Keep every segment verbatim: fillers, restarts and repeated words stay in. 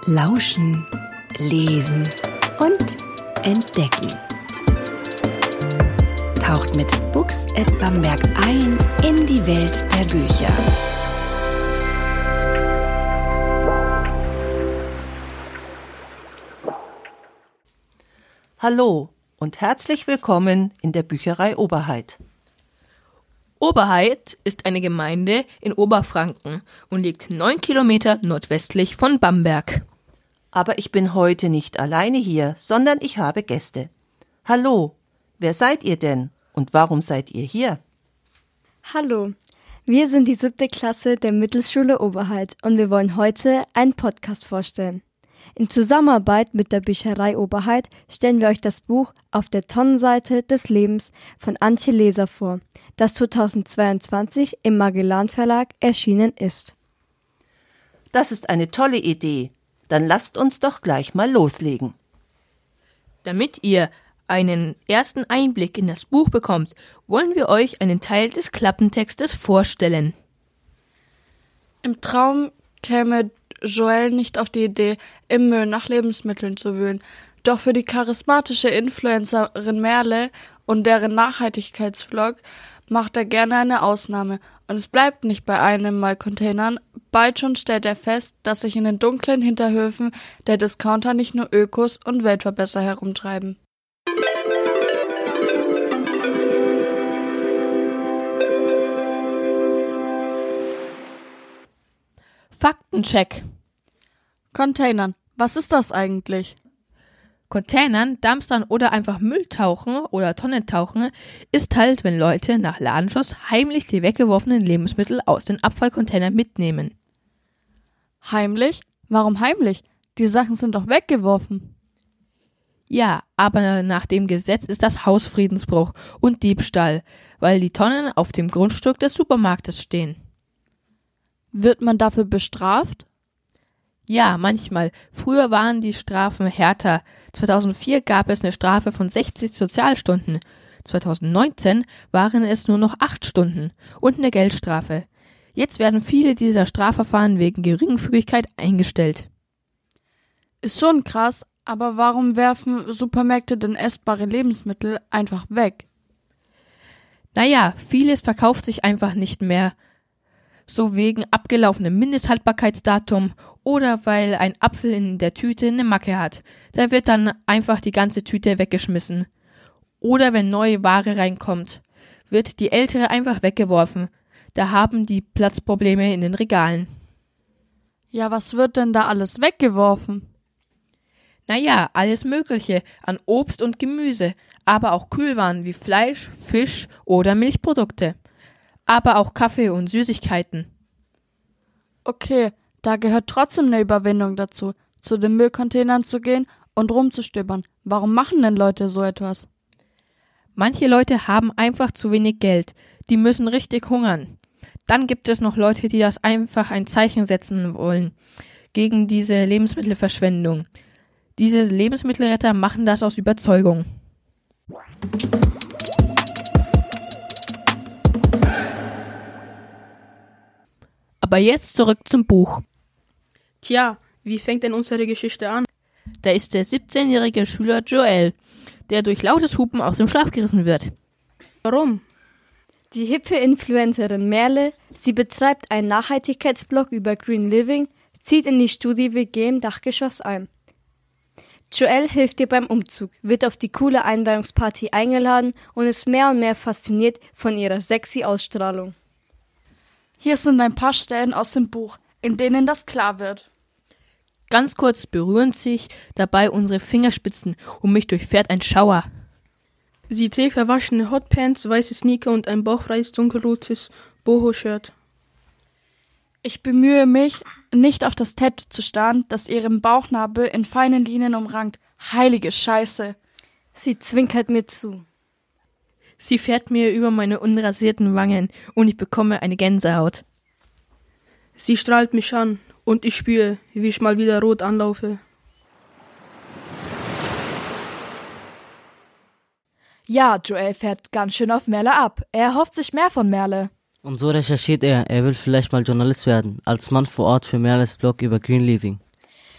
Lauschen, lesen und entdecken. Taucht mit Books at Bamberg ein in die Welt der Bücher. Hallo und herzlich willkommen in der Bücherei Oberheid. Oberheid ist eine Gemeinde in Oberfranken und liegt neun Kilometer nordwestlich von Bamberg. Aber ich bin heute nicht alleine hier, sondern ich habe Gäste. Hallo, wer seid ihr denn und warum seid ihr hier? Hallo, wir sind die siebte Klasse der Mittelschule Oberheid und wir wollen heute einen Podcast vorstellen. In Zusammenarbeit mit der Bücherei Oberheid stellen wir euch das Buch Auf der Tonnenseite des Lebens von Antje Leser vor, das zweitausendzweiundzwanzig im Magellan Verlag erschienen ist. Das ist eine tolle Idee. Dann lasst uns doch gleich mal loslegen. Damit ihr einen ersten Einblick in das Buch bekommt, wollen wir euch einen Teil des Klappentextes vorstellen. Im Traum käme Joel nicht auf die Idee, im Müll nach Lebensmitteln zu wühlen. Doch für die charismatische Influencerin Merle und deren Nachhaltigkeitsvlog macht er gerne eine Ausnahme. Und es bleibt nicht bei einem Mal Containern. Bald schon stellt er fest, dass sich in den dunklen Hinterhöfen der Discounter nicht nur Ökos und Weltverbesser herumtreiben. Faktencheck. Containern. Was ist das eigentlich? Containern, Dumpstern oder einfach Mülltauchen oder Tonnentauchen ist halt, wenn Leute nach Ladenschluss heimlich die weggeworfenen Lebensmittel aus den Abfallcontainern mitnehmen. Heimlich? Warum heimlich? Die Sachen sind doch weggeworfen. Ja, aber nach dem Gesetz ist das Hausfriedensbruch und Diebstahl, weil die Tonnen auf dem Grundstück des Supermarktes stehen. Wird man dafür bestraft? Ja, manchmal. Früher waren die Strafen härter. zweitausendvier gab es eine Strafe von sechzig Sozialstunden. zweitausendneunzehn waren es nur noch acht Stunden und eine Geldstrafe. Jetzt werden viele dieser Strafverfahren wegen Geringfügigkeit eingestellt. Ist schon krass, aber warum werfen Supermärkte denn essbare Lebensmittel einfach weg? Naja, vieles verkauft sich einfach nicht mehr. So wegen abgelaufenem Mindesthaltbarkeitsdatum oder weil ein Apfel in der Tüte eine Macke hat. Da wird dann einfach die ganze Tüte weggeschmissen. Oder wenn neue Ware reinkommt, wird die ältere einfach weggeworfen. Da haben die Platzprobleme in den Regalen. Ja, was wird denn da alles weggeworfen? Naja, alles Mögliche an Obst und Gemüse, aber auch Kühlwaren wie Fleisch, Fisch oder Milchprodukte. Aber auch Kaffee und Süßigkeiten. Okay, da gehört trotzdem eine Überwindung dazu, zu den Müllcontainern zu gehen und rumzustöbern. Warum machen denn Leute so etwas? Manche Leute haben einfach zu wenig Geld. Die müssen richtig hungern. Dann gibt es noch Leute, die das einfach ein Zeichen setzen wollen gegen diese Lebensmittelverschwendung. Diese Lebensmittelretter machen das aus Überzeugung. Aber jetzt zurück zum Buch. Tja, wie fängt denn unsere Geschichte an? Da ist der siebzehnjährige Schüler Joel, der durch lautes Hupen aus dem Schlaf gerissen wird. Warum? Die hippe Influencerin Merle, sie betreibt einen Nachhaltigkeitsblog über Green Living, zieht in die Studi-W G im Dachgeschoss ein. Joel hilft ihr beim Umzug, wird auf die coole Einweihungsparty eingeladen und ist mehr und mehr fasziniert von ihrer sexy Ausstrahlung. Hier sind ein paar Stellen aus dem Buch, in denen das klar wird. Ganz kurz berühren sich dabei unsere Fingerspitzen und mich durchfährt ein Schauer. Sie trägt verwaschene Hotpants, weiße Sneaker und ein bauchfreies dunkelrotes Boho-Shirt. Ich bemühe mich, nicht auf das Tattoo zu starren, das ihren Bauchnabel in feinen Linien umrankt. Heilige Scheiße. Sie zwinkert mir zu. Sie fährt mir über meine unrasierten Wangen und ich bekomme eine Gänsehaut. Sie strahlt mich an und ich spüre, wie ich mal wieder rot anlaufe. Ja, Joel fährt ganz schön auf Merle ab. Er erhofft sich mehr von Merle. Und so recherchiert er, er will vielleicht mal Journalist werden, als Mann vor Ort für Merles Blog über Green Living.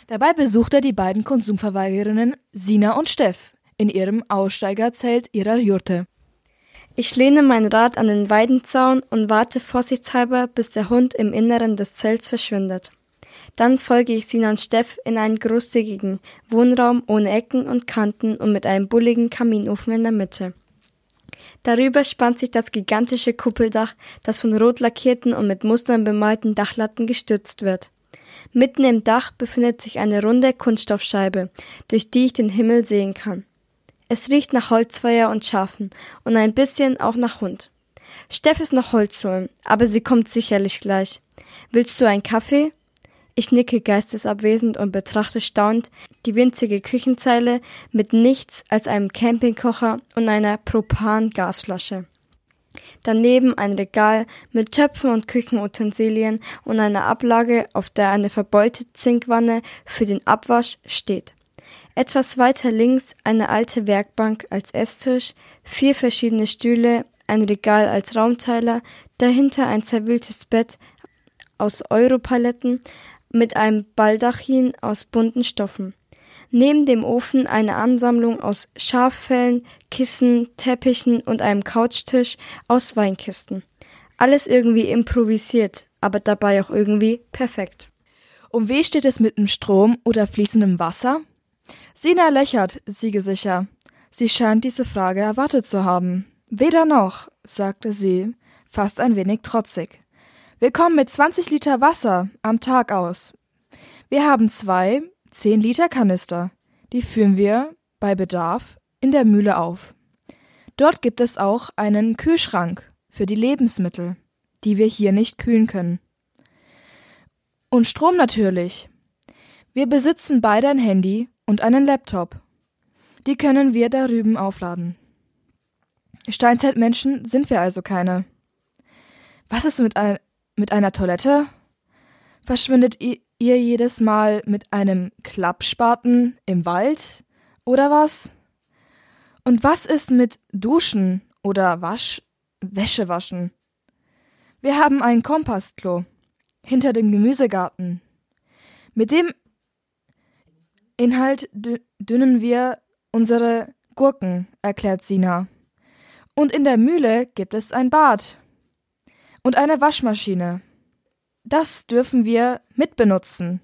Dabei besucht er die beiden Konsumverweigerinnen Sina und Steff in ihrem Aussteigerzelt ihrer Jurte. Ich lehne mein Rad an den Weidenzaun und warte vorsichtshalber, bis der Hund im Inneren des Zelts verschwindet. Dann folge ich Sina und Steff in einen großzügigen Wohnraum ohne Ecken und Kanten und mit einem bulligen Kaminofen in der Mitte. Darüber spannt sich das gigantische Kuppeldach, das von rot lackierten und mit Mustern bemalten Dachlatten gestützt wird. Mitten im Dach befindet sich eine runde Kunststoffscheibe, durch die ich den Himmel sehen kann. Es riecht nach Holzfeuer und Schafen und ein bisschen auch nach Hund. Steff ist noch Holz holen, aber sie kommt sicherlich gleich. Willst du einen Kaffee? Ich nicke geistesabwesend und betrachte staunend die winzige Küchenzeile mit nichts als einem Campingkocher und einer Propan-Gasflasche. Daneben ein Regal mit Töpfen und Küchenutensilien und einer Ablage, auf der eine verbeulte Zinkwanne für den Abwasch steht. Etwas weiter links eine alte Werkbank als Esstisch, vier verschiedene Stühle, ein Regal als Raumteiler, dahinter ein zerwühltes Bett aus Europaletten mit einem Baldachin aus bunten Stoffen. Neben dem Ofen eine Ansammlung aus Schaffellen, Kissen, Teppichen und einem Couchtisch aus Weinkisten. Alles irgendwie improvisiert, aber dabei auch irgendwie perfekt. Um wie steht es mit dem Strom oder fließendem Wasser? Sina lächelt, siegesicher. Sie scheint diese Frage erwartet zu haben. Weder noch, sagte sie, fast ein wenig trotzig. Wir kommen mit zwanzig Liter Wasser am Tag aus. Wir haben zwei zehn Liter Kanister. Die füllen wir bei Bedarf in der Mühle auf. Dort gibt es auch einen Kühlschrank für die Lebensmittel, die wir hier nicht kühlen können. Und Strom natürlich. Wir besitzen beide ein Handy und einen Laptop. Die können wir darüben aufladen. Steinzeitmenschen sind wir also keine. Was ist mit, ein, mit einer Toilette? Verschwindet ihr, ihr jedes Mal mit einem Klappspaten im Wald? Oder was? Und was ist mit Duschen oder Wasch, Wäsche waschen? Wir haben ein Kompostklo hinter dem Gemüsegarten. Mit dem Inhalt dünnen wir unsere Gurken, erklärt Sina. Und in der Mühle gibt es ein Bad und eine Waschmaschine. Das dürfen wir mitbenutzen.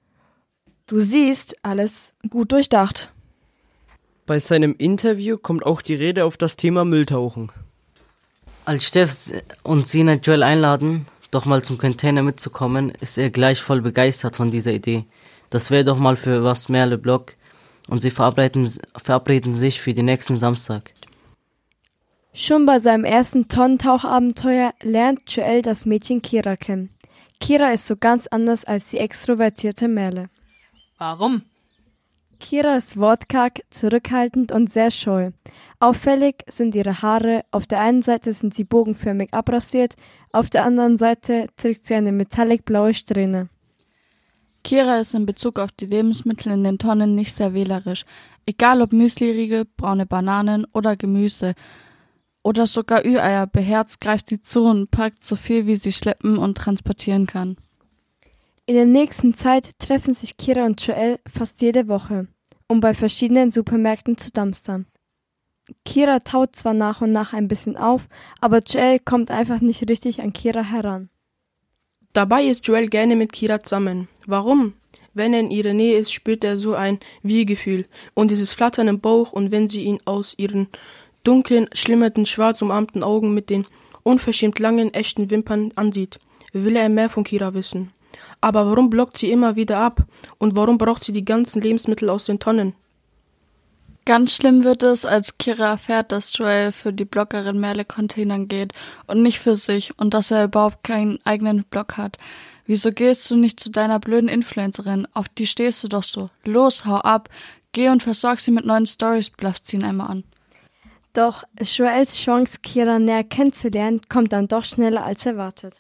Du siehst, alles gut durchdacht. Bei seinem Interview kommt auch die Rede auf das Thema Mülltauchen. Als Steff und Sina Joel einladen, doch mal zum Container mitzukommen, ist er gleich voll begeistert von dieser Idee. Das wäre doch mal für was Merle Block und sie verabreden, verabreden sich für den nächsten Samstag. Schon bei seinem ersten Tonnentauchabenteuer lernt Joel das Mädchen Kira kennen. Kira ist so ganz anders als die extrovertierte Merle. Warum? Kira ist wortkarg, zurückhaltend und sehr scheu. Auffällig sind ihre Haare, auf der einen Seite sind sie bogenförmig abrasiert, auf der anderen Seite trägt sie eine metallic-blaue Strähne. Kira ist in Bezug auf die Lebensmittel in den Tonnen nicht sehr wählerisch. Egal ob Müsliriegel, braune Bananen oder Gemüse oder sogar Ü-Eier, beherzt greift sie zu und packt so viel, wie sie schleppen und transportieren kann. In der nächsten Zeit treffen sich Kira und Joel fast jede Woche, um bei verschiedenen Supermärkten zu dumpstern. Kira taut zwar nach und nach ein bisschen auf, aber Joel kommt einfach nicht richtig an Kira heran. Dabei ist Joel gerne mit Kira zusammen. Warum? Wenn er in ihrer Nähe ist, spürt er so ein Wir-Gefühl und dieses Flattern im Bauch, und wenn sie ihn aus ihren dunklen, schlimmernden, schwarz umarmten Augen mit den unverschämt langen, echten Wimpern ansieht, will er mehr von Kira wissen. Aber warum blockt sie immer wieder ab? Und warum braucht sie die ganzen Lebensmittel aus den Tonnen? Ganz schlimm wird es, als Kira erfährt, dass Joel für die Bloggerin Merle Containern geht und nicht für sich und dass er überhaupt keinen eigenen Blog hat. Wieso gehst du nicht zu deiner blöden Influencerin? Auf die stehst du doch so. Los, hau ab. Geh und versorg sie mit neuen Stories, blafft sie ihn einmal an. Doch Joels Chance, Kira näher kennenzulernen, kommt dann doch schneller als erwartet.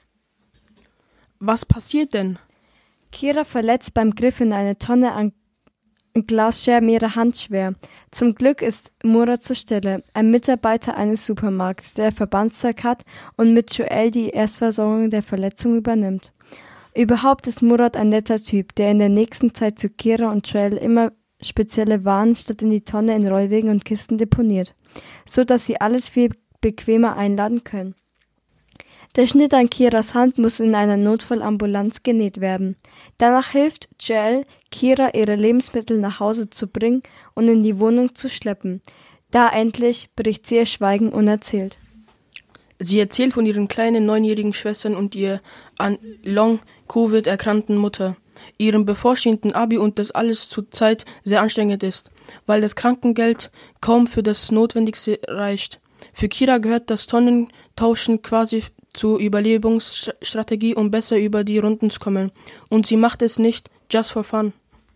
Was passiert denn? Kira verletzt beim Griff in eine Tonne an Glasscherben ihre Hand schwer. Zum Glück ist Murat zur Stelle, ein Mitarbeiter eines Supermarkts, der Verbandszeug hat und mit Joel die Erstversorgung der Verletzung übernimmt. Überhaupt ist Murat ein netter Typ, der in der nächsten Zeit für Kira und Joel immer spezielle Waren statt in die Tonne in Rollwegen und Kisten deponiert, so dass sie alles viel bequemer einladen können. Der Schnitt an Kiras Hand muss in einer Notfallambulanz genäht werden. Danach hilft Joel, Kira ihre Lebensmittel nach Hause zu bringen und in die Wohnung zu schleppen. Da endlich bricht sie ihr Schweigen unerzählt. Sie erzählt von ihren kleinen neunjährigen Schwestern und ihr an Long-Covid erkrankten Mutter, ihrem bevorstehenden Abi und dass alles zurzeit sehr anstrengend ist, weil das Krankengeld kaum für das Notwendigste reicht. Für Kira gehört das Tonnentauschen quasi zur Überlebensstrategie, um besser über die Runden zu kommen. Und sie macht es nicht just for fun.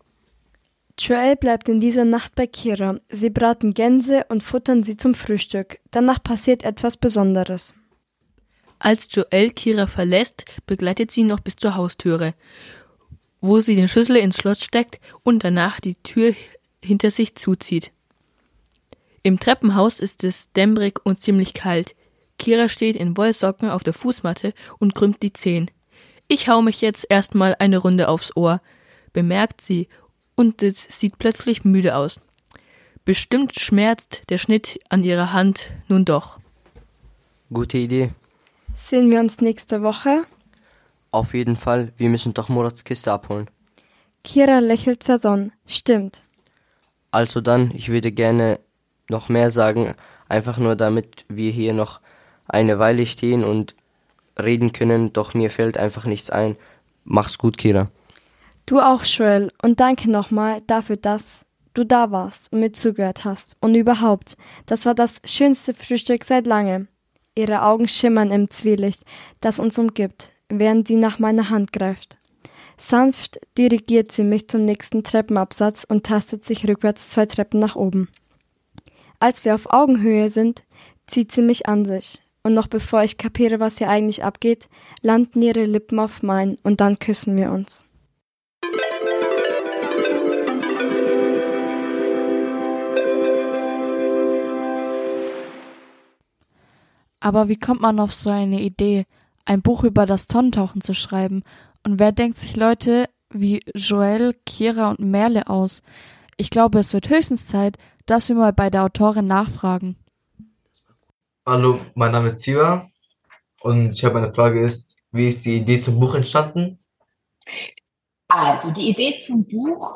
Joel bleibt in dieser Nacht bei Kira. Sie braten Gänse und futtern sie zum Frühstück. Danach passiert etwas Besonderes. Als Joel Kira verlässt, begleitet sie ihn noch bis zur Haustüre, wo sie den Schlüssel ins Schloss steckt und danach die Tür hinter sich zuzieht. Im Treppenhaus ist es dämmerig und ziemlich kalt. Kira steht in Wollsocken auf der Fußmatte und krümmt die Zehen. Ich hau mich jetzt erstmal eine Runde aufs Ohr, bemerkt sie, und es sieht plötzlich müde aus. Bestimmt schmerzt der Schnitt an ihrer Hand nun doch. Gute Idee. Sehen wir uns nächste Woche? Auf jeden Fall, wir müssen doch Murats Kiste abholen. Kira lächelt versonnen. Stimmt. Also dann, ich würde gerne noch mehr sagen, einfach nur damit wir hier noch eine Weile stehen und reden können, doch mir fällt einfach nichts ein. Mach's gut, Kira. Du auch, Joel, und danke nochmal dafür, dass du da warst und mir zugehört hast. Und überhaupt, das war das schönste Frühstück seit langem. Ihre Augen schimmern im Zwielicht, das uns umgibt, während sie nach meiner Hand greift. Sanft dirigiert sie mich zum nächsten Treppenabsatz und tastet sich rückwärts zwei Treppen nach oben. Als wir auf Augenhöhe sind, zieht sie mich an sich. Und noch bevor ich kapiere, was hier eigentlich abgeht, landen ihre Lippen auf meinen und dann küssen wir uns. Aber wie kommt man auf so eine Idee, ein Buch über das Tonnentauchen zu schreiben? Und wer denkt sich Leute wie Joel, Kira und Merle aus? Ich glaube, es wird höchstens Zeit, dass wir mal bei der Autorin nachfragen. Hallo, mein Name ist Ziva und ich habe eine Frage ist, wie ist die Idee zum Buch entstanden? Also die Idee zum Buch,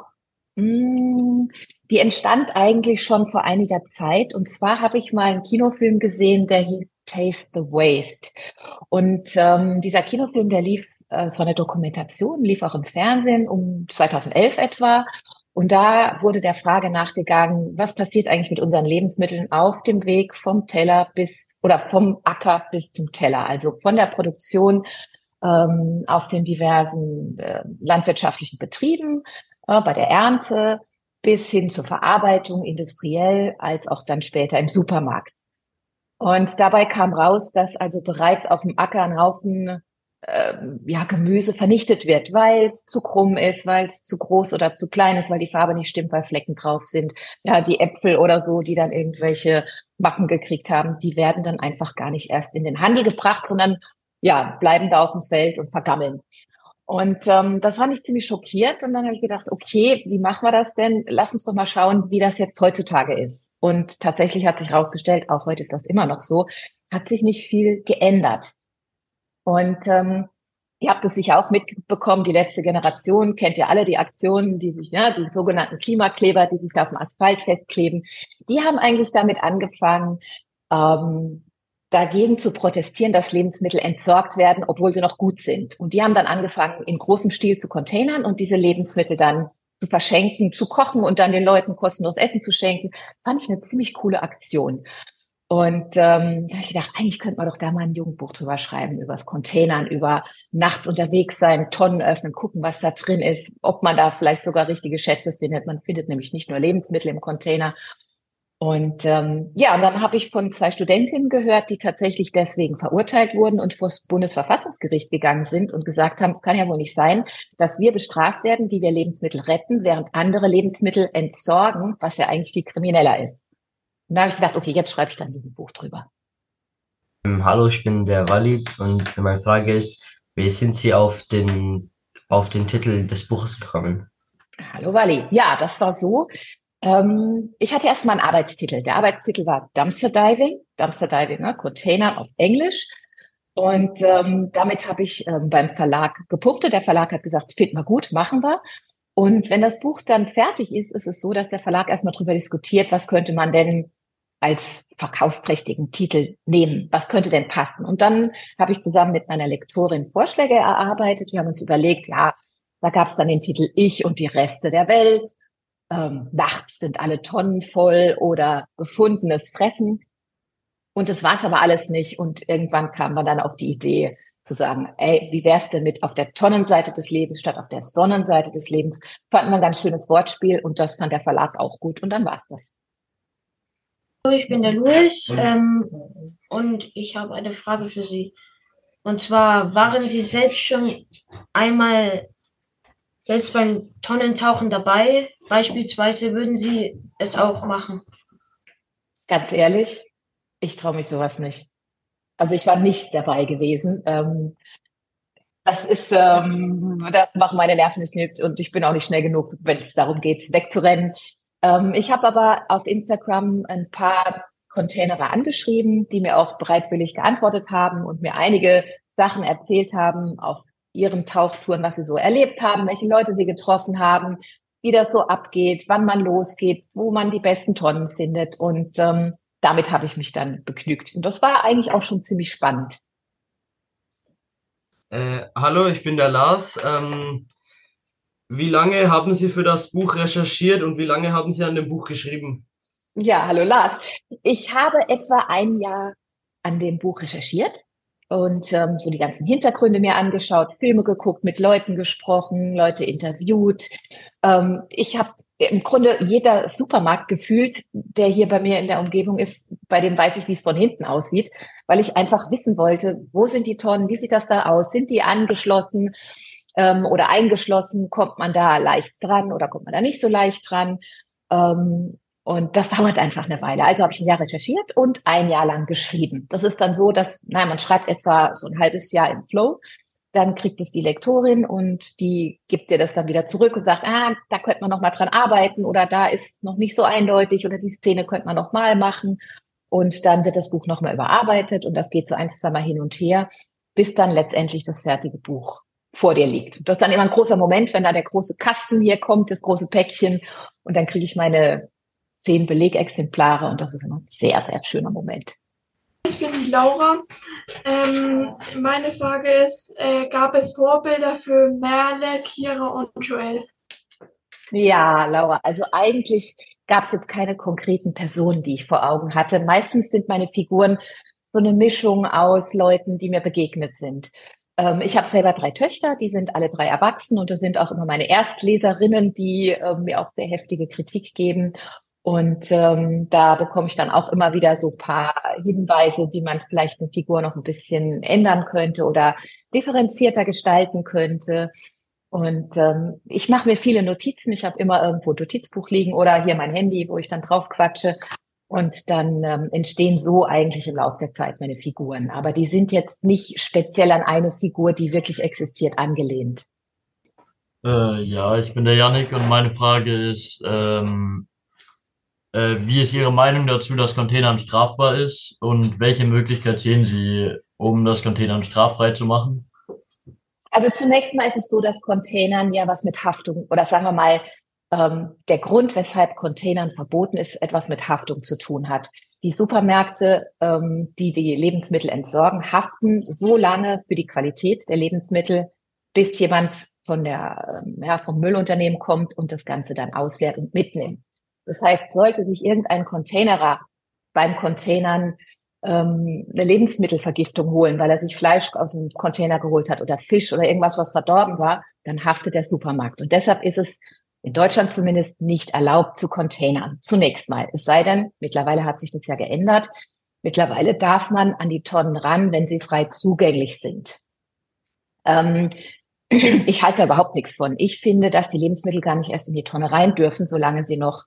mh, die entstand eigentlich schon vor einiger Zeit. Und zwar habe ich mal einen Kinofilm gesehen, der hieß Taste the Waste. Und ähm, dieser Kinofilm, der lief, äh, es war eine Dokumentation, lief auch im Fernsehen um zweitausendelf etwa. Und da wurde der Frage nachgegangen, was passiert eigentlich mit unseren Lebensmitteln auf dem Weg vom Teller bis, oder vom Acker bis zum Teller, also von der Produktion ähm, auf den diversen äh, landwirtschaftlichen Betrieben, äh, bei der Ernte bis hin zur Verarbeitung industriell, als auch dann später im Supermarkt. Und dabei kam raus, dass also bereits auf dem Acker ein Haufen äh, ja, Gemüse vernichtet wird, weil es zu krumm ist, weil es zu groß oder zu klein ist, weil die Farbe nicht stimmt, weil Flecken drauf sind. Ja, die Äpfel oder so, die dann irgendwelche Macken gekriegt haben, die werden dann einfach gar nicht erst in den Handel gebracht, sondern ja, bleiben da auf dem Feld und vergammeln. Und ähm, das fand ich ziemlich schockiert. Und dann habe ich gedacht, okay, wie machen wir das denn? Lass uns doch mal schauen, wie das jetzt heutzutage ist. Und tatsächlich hat sich herausgestellt, auch heute ist das immer noch so, hat sich nicht viel geändert. Und ähm, ihr habt es sicher auch mitbekommen, die letzte Generation kennt ja alle die Aktionen, die sich, ja, die sogenannten Klimakleber, die sich da auf dem Asphalt festkleben. Die haben eigentlich damit angefangen, ähm, dagegen zu protestieren, dass Lebensmittel entsorgt werden, obwohl sie noch gut sind. Und die haben dann angefangen, in großem Stil zu containern und diese Lebensmittel dann zu verschenken, zu kochen und dann den Leuten kostenlos Essen zu schenken. Fand ich eine ziemlich coole Aktion. Und ähm, da habe ich gedacht, eigentlich könnte man doch da mal ein Jugendbuch drüber schreiben, über das Containern, über nachts unterwegs sein, Tonnen öffnen, gucken, was da drin ist, ob man da vielleicht sogar richtige Schätze findet. Man findet nämlich nicht nur Lebensmittel im Container. Und ähm, ja, und dann habe ich von zwei Studentinnen gehört, die tatsächlich deswegen verurteilt wurden und vor das Bundesverfassungsgericht gegangen sind und gesagt haben, es kann ja wohl nicht sein, dass wir bestraft werden, die wir Lebensmittel retten, während andere Lebensmittel entsorgen, was ja eigentlich viel krimineller ist. Und da habe ich gedacht, okay, jetzt schreibe ich dann ein Buch drüber. Ähm, hallo, ich bin der Walid und meine Frage ist, wie sind Sie auf den auf den Titel des Buches gekommen? Hallo Wally. Ja, das war so. Ähm, ich hatte erstmal einen Arbeitstitel. Der Arbeitstitel war Dumpster Diving. Dumpster Diving, ne? Container auf Englisch. Und ähm, damit habe ich ähm, beim Verlag gepunktet. Der Verlag hat gesagt, finden wir gut, machen wir. Und wenn das Buch dann fertig ist, ist es so, dass der Verlag erstmal drüber diskutiert, was könnte man denn als verkaufsträchtigen Titel nehmen? Was könnte denn passen? Und dann habe ich zusammen mit meiner Lektorin Vorschläge erarbeitet. Wir haben uns überlegt, ja, da gab es dann den Titel Ich und die Reste der Welt. Ähm, nachts sind alle Tonnen voll oder gefundenes Fressen. Und das war's aber alles nicht. Und irgendwann kam man dann auf die Idee zu sagen, ey, wie wär's denn mit auf der Tonnenseite des Lebens statt auf der Sonnenseite des Lebens? Fanden wir ein ganz schönes Wortspiel und das fand der Verlag auch gut und dann war's das. Ich bin der Luis ähm, und ich habe eine Frage für Sie. Und zwar, waren Sie selbst schon einmal selbst beim Tonnentauchen dabei? Beispielsweise würden Sie es auch machen? Ganz ehrlich, ich traue mich sowas nicht. Also ich war nicht dabei gewesen. Ähm, das ist, ähm, das machen meine Nerven nicht und ich bin auch nicht schnell genug, wenn es darum geht, wegzurennen. Ähm, ich habe aber auf Instagram ein paar Containerer angeschrieben, die mir auch bereitwillig geantwortet haben und mir einige Sachen erzählt haben auf ihren Tauchtouren, was sie so erlebt haben, welche Leute sie getroffen haben, wie das so abgeht, wann man losgeht, wo man die besten Tonnen findet. Und ähm, damit habe ich mich dann begnügt. Und das war eigentlich auch schon ziemlich spannend. Äh, hallo, ich bin der Lars. Ähm, wie lange haben Sie für das Buch recherchiert und wie lange haben Sie an dem Buch geschrieben? Ja, hallo Lars. Ich habe etwa ein Jahr an dem Buch recherchiert und ähm, so die ganzen Hintergründe mir angeschaut, Filme geguckt, mit Leuten gesprochen, Leute interviewt. Ähm, ich habe im Grunde jeder Supermarkt gefühlt, der hier bei mir in der Umgebung ist, bei dem weiß ich, wie es von hinten aussieht, weil ich einfach wissen wollte, wo sind die Tonnen, wie sieht das da aus, sind die angeschlossen ähm, oder eingeschlossen, kommt man da leicht dran oder kommt man da nicht so leicht dran? Ähm, und das dauert einfach eine Weile. Also habe ich ein Jahr recherchiert und ein Jahr lang geschrieben. Das ist dann so, dass, naja, man schreibt etwa so ein halbes Jahr im Flow. Dann kriegt es die Lektorin und die gibt dir das dann wieder zurück und sagt, ah, da könnte man noch mal dran arbeiten oder da ist noch nicht so eindeutig oder die Szene könnte man noch mal machen. Und dann wird das Buch noch mal überarbeitet und das geht so ein, zwei Mal hin und her, bis dann letztendlich das fertige Buch vor dir liegt. Und das ist dann immer ein großer Moment, wenn da der große Kasten hier kommt, das große Päckchen und dann kriege ich meine zehn Belegexemplare und das ist immer ein sehr, sehr schöner Moment. Ich bin die Laura. Ähm, meine Frage ist, äh, gab es Vorbilder für Merle, Kira und Joel? Ja, Laura, also eigentlich gab es jetzt keine konkreten Personen, die ich vor Augen hatte. Meistens sind meine Figuren so eine Mischung aus Leuten, die mir begegnet sind. Ähm, ich habe selber drei Töchter, die sind alle drei erwachsen und das sind auch immer meine Erstleserinnen, die ähm, mir auch sehr heftige Kritik geben. Und ähm, da bekomme ich dann auch immer wieder so ein paar Hinweise, wie man vielleicht eine Figur noch ein bisschen ändern könnte oder differenzierter gestalten könnte. Und ähm, ich mache mir viele Notizen. Ich habe immer irgendwo ein Notizbuch liegen oder hier mein Handy, wo ich dann drauf quatsche. Und dann ähm, entstehen so eigentlich im Laufe der Zeit meine Figuren. Aber die sind jetzt nicht speziell an eine Figur, die wirklich existiert, angelehnt. Äh, ja, ich bin der Yannick und meine Frage ist, ähm, wie ist Ihre Meinung dazu, dass Containern strafbar ist und welche Möglichkeit sehen Sie, um das Containern straffrei zu machen? Also zunächst mal ist es so, dass Containern ja was mit Haftung oder sagen wir mal, ähm, der Grund, weshalb Containern verboten ist, etwas mit Haftung zu tun hat. Die Supermärkte, ähm, die die Lebensmittel entsorgen, haften so lange für die Qualität der Lebensmittel, bis jemand von der, ja, vom Müllunternehmen kommt und das Ganze dann ausleert und mitnimmt. Das heißt, sollte sich irgendein Containerer beim Containern ähm, eine Lebensmittelvergiftung holen, weil er sich Fleisch aus dem Container geholt hat oder Fisch oder irgendwas, was verdorben war, dann haftet der Supermarkt. Und deshalb ist es in Deutschland zumindest nicht erlaubt zu containern. Zunächst mal. Es sei denn, mittlerweile hat sich das ja geändert. Mittlerweile darf man an die Tonnen ran, wenn sie frei zugänglich sind. Ähm, ich halte da überhaupt nichts von. Ich finde, dass die Lebensmittel gar nicht erst in die Tonne rein dürfen, solange sie noch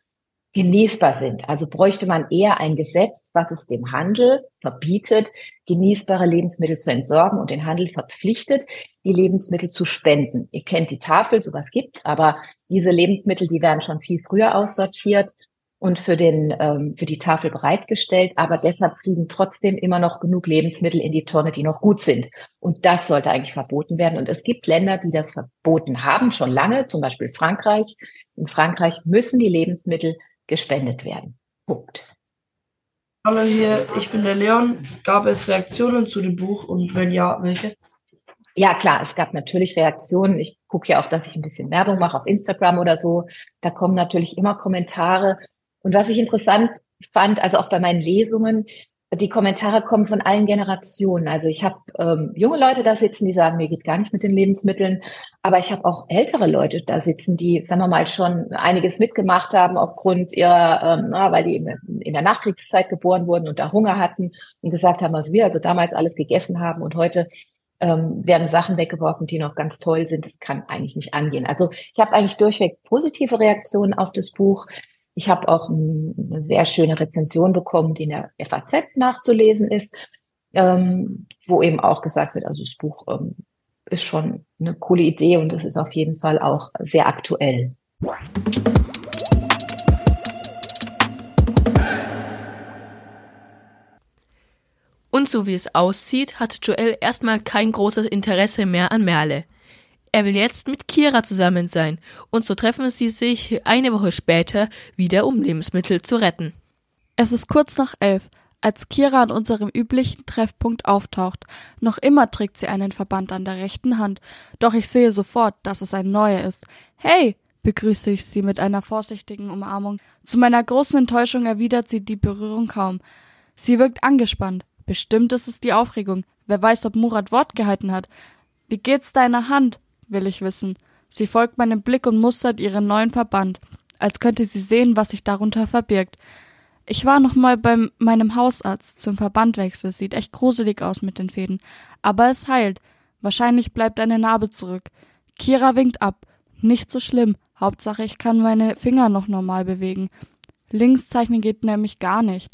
genießbar sind. Also bräuchte man eher ein Gesetz, was es dem Handel verbietet, genießbare Lebensmittel zu entsorgen und den Handel verpflichtet, die Lebensmittel zu spenden. Ihr kennt die Tafel, sowas gibt's, aber diese Lebensmittel, die werden schon viel früher aussortiert und für den ähm, für die Tafel bereitgestellt, aber deshalb fliegen trotzdem immer noch genug Lebensmittel in die Tonne, die noch gut sind. Und das sollte eigentlich verboten werden. Und es gibt Länder, die das verboten haben, schon lange, zum Beispiel Frankreich. In Frankreich müssen die Lebensmittel gespendet werden. Punkt. Hallo hier, ich bin der Leon. Gab es Reaktionen zu dem Buch und wenn ja, welche? Ja, klar, es gab natürlich Reaktionen. Ich gucke ja auch, dass ich ein bisschen Werbung mache auf Instagram oder so. Da kommen natürlich immer Kommentare. Und was ich interessant fand, also auch bei meinen Lesungen, die Kommentare kommen von allen Generationen. Also ich habe ähm, junge Leute da sitzen, die sagen, mir geht gar nicht mit den Lebensmitteln. Aber ich habe auch ältere Leute da sitzen, die, sagen wir mal, schon einiges mitgemacht haben aufgrund ihrer, ähm, na, weil die in der Nachkriegszeit geboren wurden und da Hunger hatten und gesagt haben, was wir also damals alles gegessen haben und heute ähm, werden Sachen weggeworfen, die noch ganz toll sind. Das kann eigentlich nicht angehen. Also ich habe eigentlich durchweg positive Reaktionen auf das Buch. Ich habe auch eine sehr schöne Rezension bekommen, die in der F A Z nachzulesen ist, ähm, wo eben auch gesagt wird, also das Buch ähm, ist schon eine coole Idee und es ist auf jeden Fall auch sehr aktuell. Und so wie es aussieht, hat Joel erstmal kein großes Interesse mehr an Merle. Er will jetzt mit Kira zusammen sein und so treffen sie sich eine Woche später wieder, um Lebensmittel zu retten. Es ist kurz nach elf, als Kira an unserem üblichen Treffpunkt auftaucht. Noch immer trägt sie einen Verband an der rechten Hand, doch ich sehe sofort, dass es ein neuer ist. Hey, begrüße ich sie mit einer vorsichtigen Umarmung. Zu meiner großen Enttäuschung erwidert sie die Berührung kaum. Sie wirkt angespannt. Bestimmt ist es die Aufregung. Wer weiß, ob Murat Wort gehalten hat. Wie geht's deiner Hand? Will ich wissen. Sie folgt meinem Blick und mustert ihren neuen Verband, als könnte sie sehen, was sich darunter verbirgt. Ich war noch mal bei meinem Hausarzt zum Verbandwechsel, sieht echt gruselig aus mit den Fäden. Aber es heilt. Wahrscheinlich bleibt eine Narbe zurück. Kira winkt ab. Nicht so schlimm. Hauptsache, ich kann meine Finger noch normal bewegen. Links zeichnen geht nämlich gar nicht.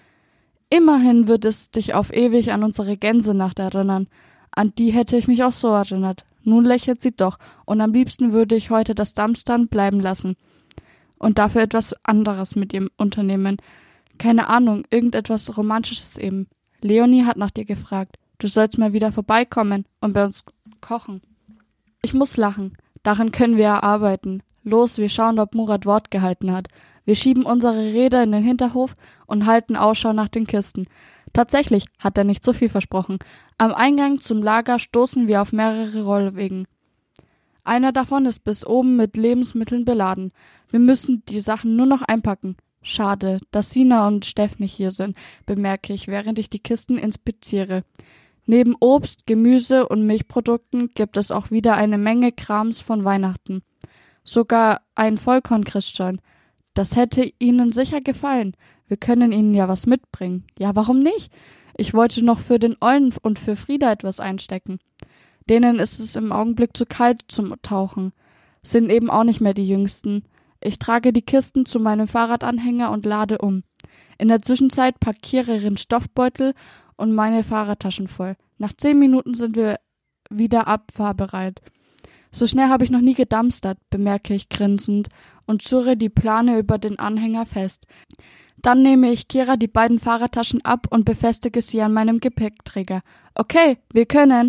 Immerhin wird es dich auf ewig an unsere Gänsenacht erinnern. An die hätte ich mich auch so erinnert. Nun lächelt sie doch, und am liebsten würde ich heute das Dumpstern bleiben lassen und dafür etwas anderes mit ihm unternehmen. Keine Ahnung, irgendetwas Romantisches eben. Leonie hat nach dir gefragt. Du sollst mal wieder vorbeikommen und bei uns kochen. Ich muss lachen. Daran können wir erarbeiten. Los, wir schauen, ob Murat Wort gehalten hat. Wir schieben unsere Räder in den Hinterhof und halten Ausschau nach den Kisten. Tatsächlich hat er nicht so viel versprochen. Am Eingang zum Lager stoßen wir auf mehrere Rollwegen. Einer davon ist bis oben mit Lebensmitteln beladen. Wir müssen die Sachen nur noch einpacken. Schade, dass Sina und Steff nicht hier sind, bemerke ich, während ich die Kisten inspiziere. Neben Obst, Gemüse und Milchprodukten gibt es auch wieder eine Menge Krams von Weihnachten. Sogar ein Vollkorn-Christstollen. Das hätte ihnen sicher gefallen. Wir können ihnen ja was mitbringen. Ja, warum nicht? Ich wollte noch für den Ollen und für Frieda etwas einstecken. Denen ist es im Augenblick zu kalt zum Tauchen. Sind eben auch nicht mehr die Jüngsten. Ich trage die Kisten zu meinem Fahrradanhänger und lade um. In der Zwischenzeit parkiere ihren Stoffbeutel und meine Fahrradtaschen voll. Nach zehn Minuten sind wir wieder abfahrbereit. So schnell habe ich noch nie gedumpstert, bemerke ich grinsend und zurre die Plane über den Anhänger fest. Dann nehme ich Kira die beiden Fahrradtaschen ab und befestige sie an meinem Gepäckträger. Okay, wir können.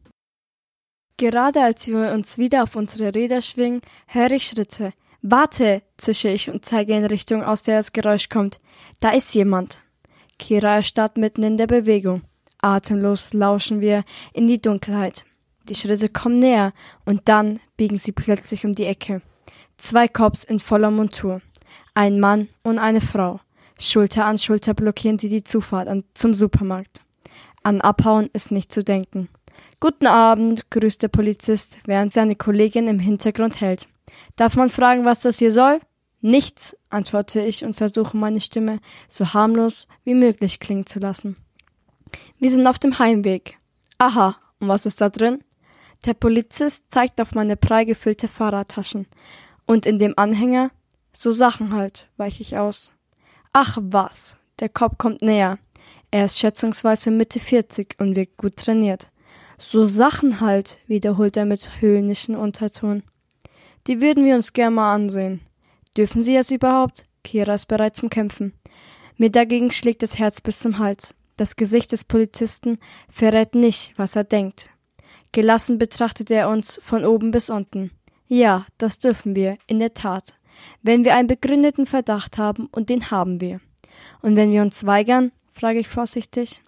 Gerade als wir uns wieder auf unsere Räder schwingen, höre ich Schritte. Warte, zische ich und zeige in Richtung, aus der das Geräusch kommt. Da ist jemand. Kira erstarrt mitten in der Bewegung. Atemlos lauschen wir in die Dunkelheit. Die Schritte kommen näher und dann biegen sie plötzlich um die Ecke. Zwei Cops in voller Montur. Ein Mann und eine Frau. Schulter an Schulter blockieren sie die Zufahrt an, zum Supermarkt. An Abhauen ist nicht zu denken. Guten Abend, grüßt der Polizist, während seine Kollegin im Hintergrund hält. Darf man fragen, was das hier soll? Nichts, antworte ich und versuche meine Stimme so harmlos wie möglich klingen zu lassen. Wir sind auf dem Heimweg. Aha, und was ist da drin? Der Polizist zeigt auf meine prall gefüllte Fahrradtaschen. Und in dem Anhänger So Sachen halt, weiche ich aus. Ach was, der Cop kommt näher. Er ist schätzungsweise Mitte vierzig und wirkt gut trainiert. So Sachen halt, wiederholt er mit höhnischen Unterton. Die würden wir uns gern mal ansehen. Dürfen sie es überhaupt? Kira ist bereit zum Kämpfen. Mir dagegen schlägt das Herz bis zum Hals. Das Gesicht des Polizisten verrät nicht, was er denkt. Gelassen betrachtet er uns von oben bis unten. Ja, das dürfen wir, in der Tat. Wenn wir einen begründeten Verdacht haben, und den haben wir. Und wenn wir uns weigern, frage ich vorsichtig.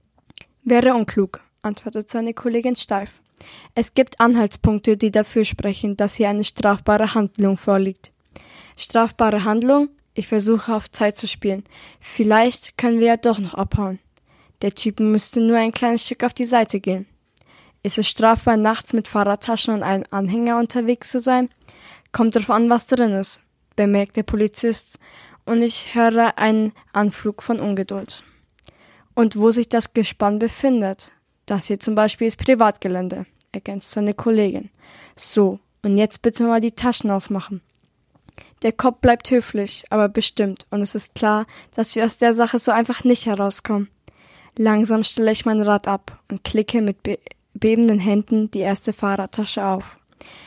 Wäre unklug, antwortet seine Kollegin steif. Es gibt Anhaltspunkte, die dafür sprechen, dass hier eine strafbare Handlung vorliegt. Strafbare Handlung? Ich versuche auf Zeit zu spielen. Vielleicht können wir ja doch noch abhauen. Der Typ müsste nur ein kleines Stück auf die Seite gehen. Ist es strafbar, nachts mit Fahrradtaschen und einem Anhänger unterwegs zu sein? Kommt drauf an, was drin ist, bemerkt der Polizist, und ich höre einen Anflug von Ungeduld. Und wo sich das Gespann befindet? Das hier zum Beispiel ist Privatgelände, ergänzt seine Kollegin. So, und jetzt bitte mal die Taschen aufmachen. Der Cop bleibt höflich, aber bestimmt, und es ist klar, dass wir aus der Sache so einfach nicht herauskommen. Langsam stelle ich mein Rad ab und klicke mit be- bebenden Händen die erste Fahrradtasche auf.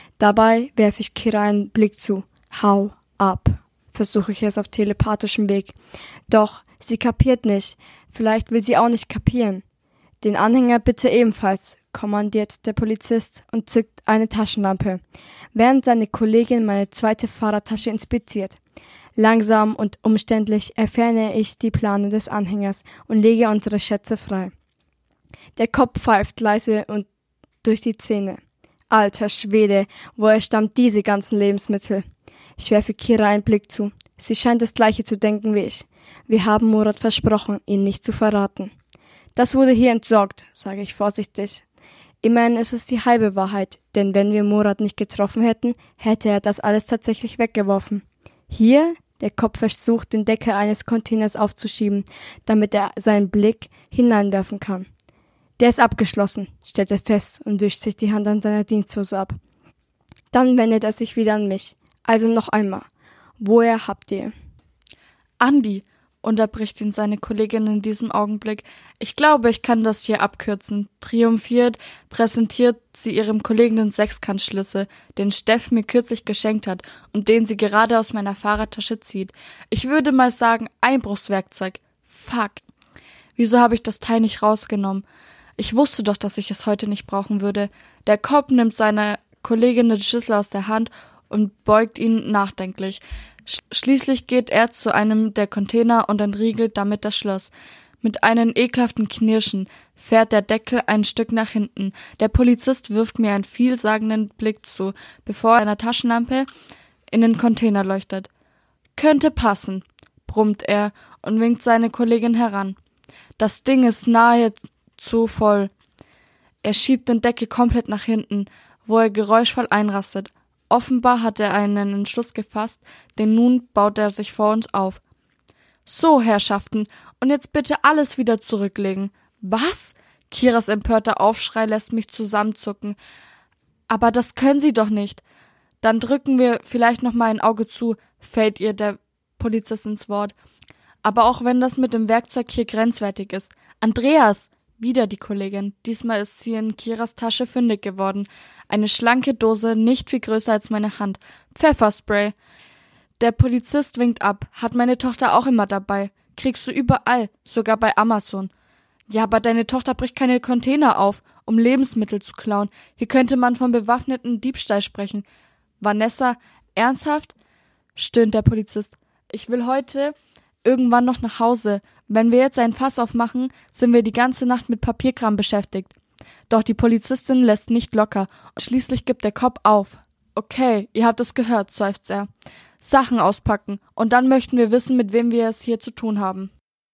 Dabei werfe ich Kira einen Blick zu. Hau ab, versuche ich es auf telepathischem Weg. Doch, sie kapiert nicht. Vielleicht will sie auch nicht kapieren. Den Anhänger bitte ebenfalls, kommandiert der Polizist und zückt eine Taschenlampe, während seine Kollegin meine zweite Fahrradtasche inspiziert. Langsam und umständlich entferne ich die Plane des Anhängers und lege unsere Schätze frei. Der Kopf pfeift leise und durch die Zähne. Alter Schwede, woher stammt diese ganzen Lebensmittel? Ich werfe Kira einen Blick zu. Sie scheint das Gleiche zu denken wie ich. Wir haben Murat versprochen, ihn nicht zu verraten. Das wurde hier entsorgt, sage ich vorsichtig. Immerhin ist es die halbe Wahrheit, denn wenn wir Murat nicht getroffen hätten, hätte er das alles tatsächlich weggeworfen. Hier? Der Kopf versucht, den Deckel eines Containers aufzuschieben, damit er seinen Blick hineinwerfen kann. Der ist abgeschlossen, stellt er fest und wischt sich die Hand an seiner Diensthose ab. Dann wendet er sich wieder an mich. Also noch einmal. Woher habt ihr? Andi, unterbricht ihn seine Kollegin in diesem Augenblick. Ich glaube, ich kann das hier abkürzen. Triumphiert präsentiert sie ihrem Kollegen den Sechskantschlüssel, den Steff mir kürzlich geschenkt hat und den sie gerade aus meiner Fahrradtasche zieht. Ich würde mal sagen, Einbruchswerkzeug. Fuck. Wieso habe ich das Teil nicht rausgenommen? Ich wusste doch, dass ich es heute nicht brauchen würde. Der Cop nimmt seiner Kollegin den Schlüssel aus der Hand und beugt ihn nachdenklich. Schließlich geht er zu einem der Container und entriegelt damit das Schloss. Mit einem ekelhaften Knirschen fährt der Deckel ein Stück nach hinten. Der Polizist wirft mir einen vielsagenden Blick zu, bevor er eine Taschenlampe in den Container leuchtet. Könnte passen, brummt er und winkt seine Kollegin heran. Das Ding ist nahezu voll. Er schiebt den Deckel komplett nach hinten, wo er geräuschvoll einrastet. Offenbar hat er einen Entschluss gefasst, denn nun baut er sich vor uns auf. So, Herrschaften, und jetzt bitte alles wieder zurücklegen. Was? Kiras empörter Aufschrei lässt mich zusammenzucken. Aber das können Sie doch nicht. Dann drücken wir vielleicht noch mal ein Auge zu, fällt ihr der Polizist ins Wort. Aber auch wenn das mit dem Werkzeug hier grenzwertig ist. Andreas! Wieder die Kollegin. Diesmal ist sie in Kiras Tasche fündig geworden. Eine schlanke Dose, nicht viel größer als meine Hand. Pfefferspray. Der Polizist winkt ab. Hat meine Tochter auch immer dabei. Kriegst du überall, sogar bei Amazon. Ja, aber deine Tochter bricht keine Container auf, um Lebensmittel zu klauen. Hier könnte man von bewaffneten Diebstahl sprechen. Vanessa, ernsthaft? Stöhnt der Polizist. Ich will heute irgendwann noch nach Hause. Wenn wir jetzt ein Fass aufmachen, sind wir die ganze Nacht mit Papierkram beschäftigt. Doch die Polizistin lässt nicht locker und schließlich gibt der Cop auf. Okay, ihr habt es gehört, seufzt er. Sachen auspacken und dann möchten wir wissen, mit wem wir es hier zu tun haben.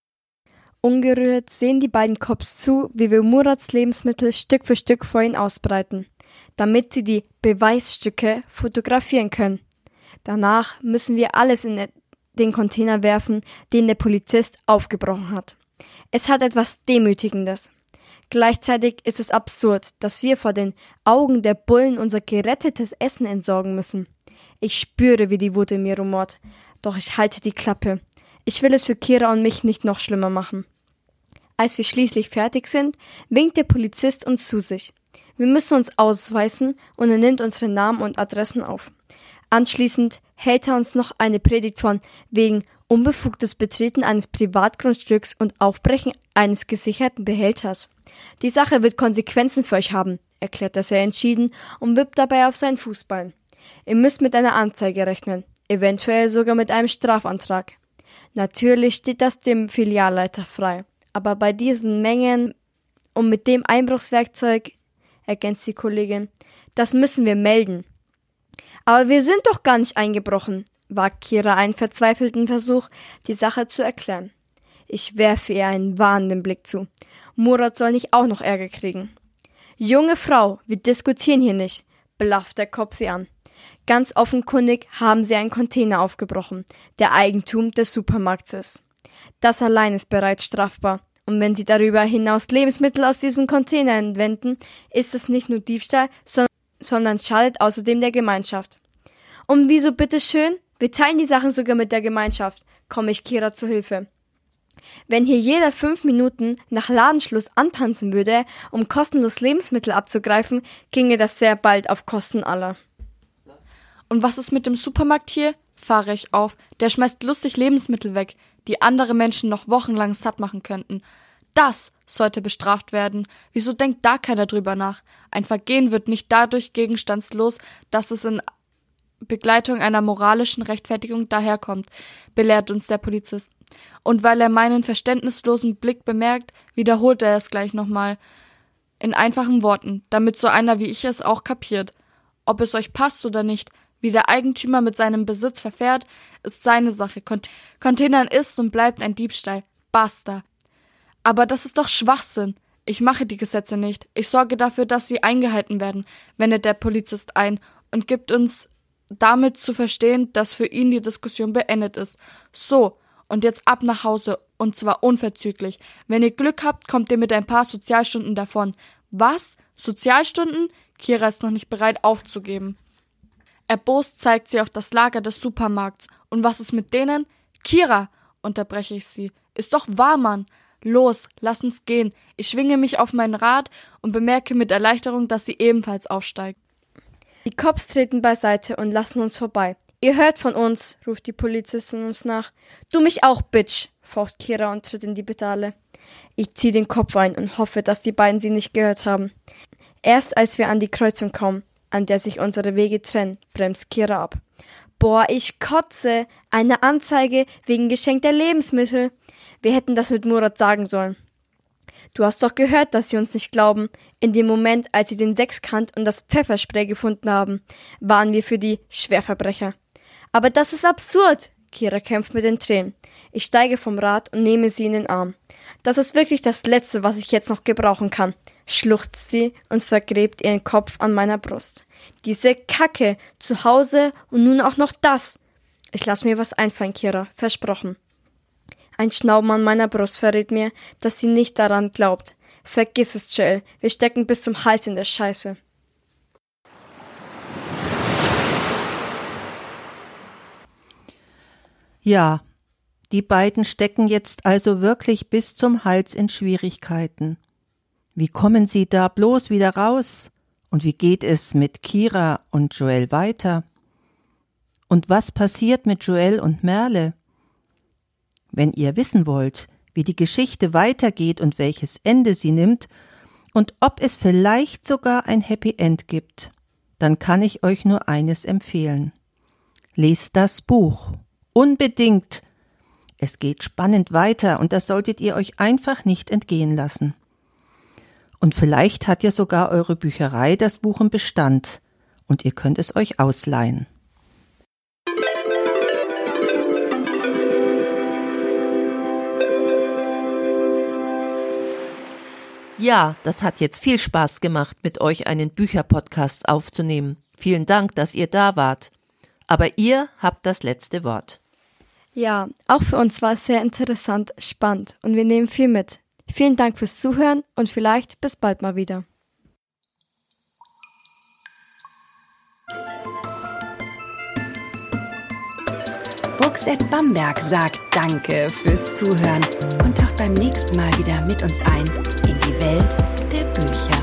Ungerührt sehen die beiden Cops zu, wie wir Murats Lebensmittel Stück für Stück vor ihn ausbreiten, damit sie die Beweisstücke fotografieren können. Danach müssen wir alles in den Container werfen, den der Polizist aufgebrochen hat. Es hat etwas Demütigendes. Gleichzeitig ist es absurd, dass wir vor den Augen der Bullen unser gerettetes Essen entsorgen müssen. Ich spüre, wie die Wut in mir rumort. Doch ich halte die Klappe. Ich will es für Kira und mich nicht noch schlimmer machen. Als wir schließlich fertig sind, winkt der Polizist uns zu sich. Wir müssen uns ausweisen und er nimmt unsere Namen und Adressen auf. Anschließend hält er uns noch eine Predigt von wegen unbefugtes Betreten eines Privatgrundstücks und Aufbrechen eines gesicherten Behälters. Die Sache wird Konsequenzen für euch haben, erklärt er sehr entschieden und wippt dabei auf seinen Fußballen. Ihr müsst mit einer Anzeige rechnen, eventuell sogar mit einem Strafantrag. Natürlich steht das dem Filialleiter frei, aber bei diesen Mengen und mit dem Einbruchswerkzeug, ergänzt die Kollegin, das müssen wir melden. Aber wir sind doch gar nicht eingebrochen, wagt Kira einen verzweifelten Versuch, die Sache zu erklären. Ich werfe ihr einen warnenden Blick zu. Murat soll nicht auch noch Ärger kriegen. Junge Frau, wir diskutieren hier nicht, blafft der Kopf sie an. Ganz offenkundig haben sie einen Container aufgebrochen, der Eigentum des Supermarkts ist. Das allein ist bereits strafbar. Und wenn sie darüber hinaus Lebensmittel aus diesem Container entwenden, ist es nicht nur Diebstahl, sondern, sondern schadet außerdem der Gemeinschaft. Und wieso bitteschön? Wir teilen die Sachen sogar mit der Gemeinschaft, komme ich Kira zu Hilfe. Wenn hier jeder fünf Minuten nach Ladenschluss antanzen würde, um kostenlos Lebensmittel abzugreifen, ginge das sehr bald auf Kosten aller. Und was ist mit dem Supermarkt hier? Fahre ich auf. Der schmeißt lustig Lebensmittel weg, die andere Menschen noch wochenlang satt machen könnten. Das sollte bestraft werden. Wieso denkt da keiner drüber nach? Ein Vergehen wird nicht dadurch gegenstandslos, dass es in Begleitung einer moralischen Rechtfertigung daherkommt, belehrt uns der Polizist. Und weil er meinen verständnislosen Blick bemerkt, wiederholt er es gleich nochmal in einfachen Worten, damit so einer wie ich es auch kapiert. Ob es euch passt oder nicht, wie der Eigentümer mit seinem Besitz verfährt, ist seine Sache. Cont- Containern ist und bleibt ein Diebstahl. Basta. Aber das ist doch Schwachsinn. Ich mache die Gesetze nicht. Ich sorge dafür, dass sie eingehalten werden, wendet der Polizist ein und gibt uns damit zu verstehen, dass für ihn die Diskussion beendet ist. So, und jetzt ab nach Hause, und zwar unverzüglich. Wenn ihr Glück habt, kommt ihr mit ein paar Sozialstunden davon. Was? Sozialstunden? Kira ist noch nicht bereit aufzugeben. Erbost zeigt sie auf das Lager des Supermarkts. Und was ist mit denen? Kira, unterbreche ich sie. Ist doch wahr, Mann. Los, lass uns gehen. Ich schwinge mich auf mein Rad und bemerke mit Erleichterung, dass sie ebenfalls aufsteigt. Die Cops treten beiseite und lassen uns vorbei. Ihr hört von uns, ruft die Polizistin uns nach. Du mich auch, Bitch, faucht Kira und tritt in die Pedale. Ich ziehe den Kopf ein und hoffe, dass die beiden sie nicht gehört haben. Erst als wir an die Kreuzung kommen, an der sich unsere Wege trennen, bremst Kira ab. Boah, ich kotze. Eine Anzeige wegen geschenkter Lebensmittel. Wir hätten das mit Murat sagen sollen. Du hast doch gehört, dass sie uns nicht glauben. In dem Moment, als sie den Sechskant und das Pfefferspray gefunden haben, waren wir für die Schwerverbrecher. Aber das ist absurd. Kira kämpft mit den Tränen. Ich steige vom Rad und nehme sie in den Arm. Das ist wirklich das Letzte, was ich jetzt noch gebrauchen kann, schluchzt sie und vergräbt ihren Kopf an meiner Brust. Diese Kacke, zu Hause und nun auch noch das. Ich lass mir was einfallen, Kira, versprochen. Ein Schnauben an meiner Brust verrät mir, dass sie nicht daran glaubt. Vergiss es, Joel, wir stecken bis zum Hals in der Scheiße. Ja, die beiden stecken jetzt also wirklich bis zum Hals in Schwierigkeiten. Wie kommen sie da bloß wieder raus? Und wie geht es mit Kira und Joel weiter? Und was passiert mit Joel und Merle? Wenn ihr wissen wollt, wie die Geschichte weitergeht und welches Ende sie nimmt und ob es vielleicht sogar ein Happy End gibt, dann kann ich euch nur eines empfehlen. Lest das Buch. Unbedingt. Es geht spannend weiter und das solltet ihr euch einfach nicht entgehen lassen. Und vielleicht hat ja sogar eure Bücherei das Buch im Bestand und ihr könnt es euch ausleihen. Ja, das hat jetzt viel Spaß gemacht, mit euch einen Bücherpodcast aufzunehmen. Vielen Dank, dass ihr da wart. Aber ihr habt das letzte Wort. Ja, auch für uns war es sehr interessant, spannend und wir nehmen viel mit. Vielen Dank fürs Zuhören und vielleicht bis bald mal wieder. Books at Bamberg sagt Danke fürs Zuhören und taucht beim nächsten Mal wieder mit uns ein in die Welt der Bücher.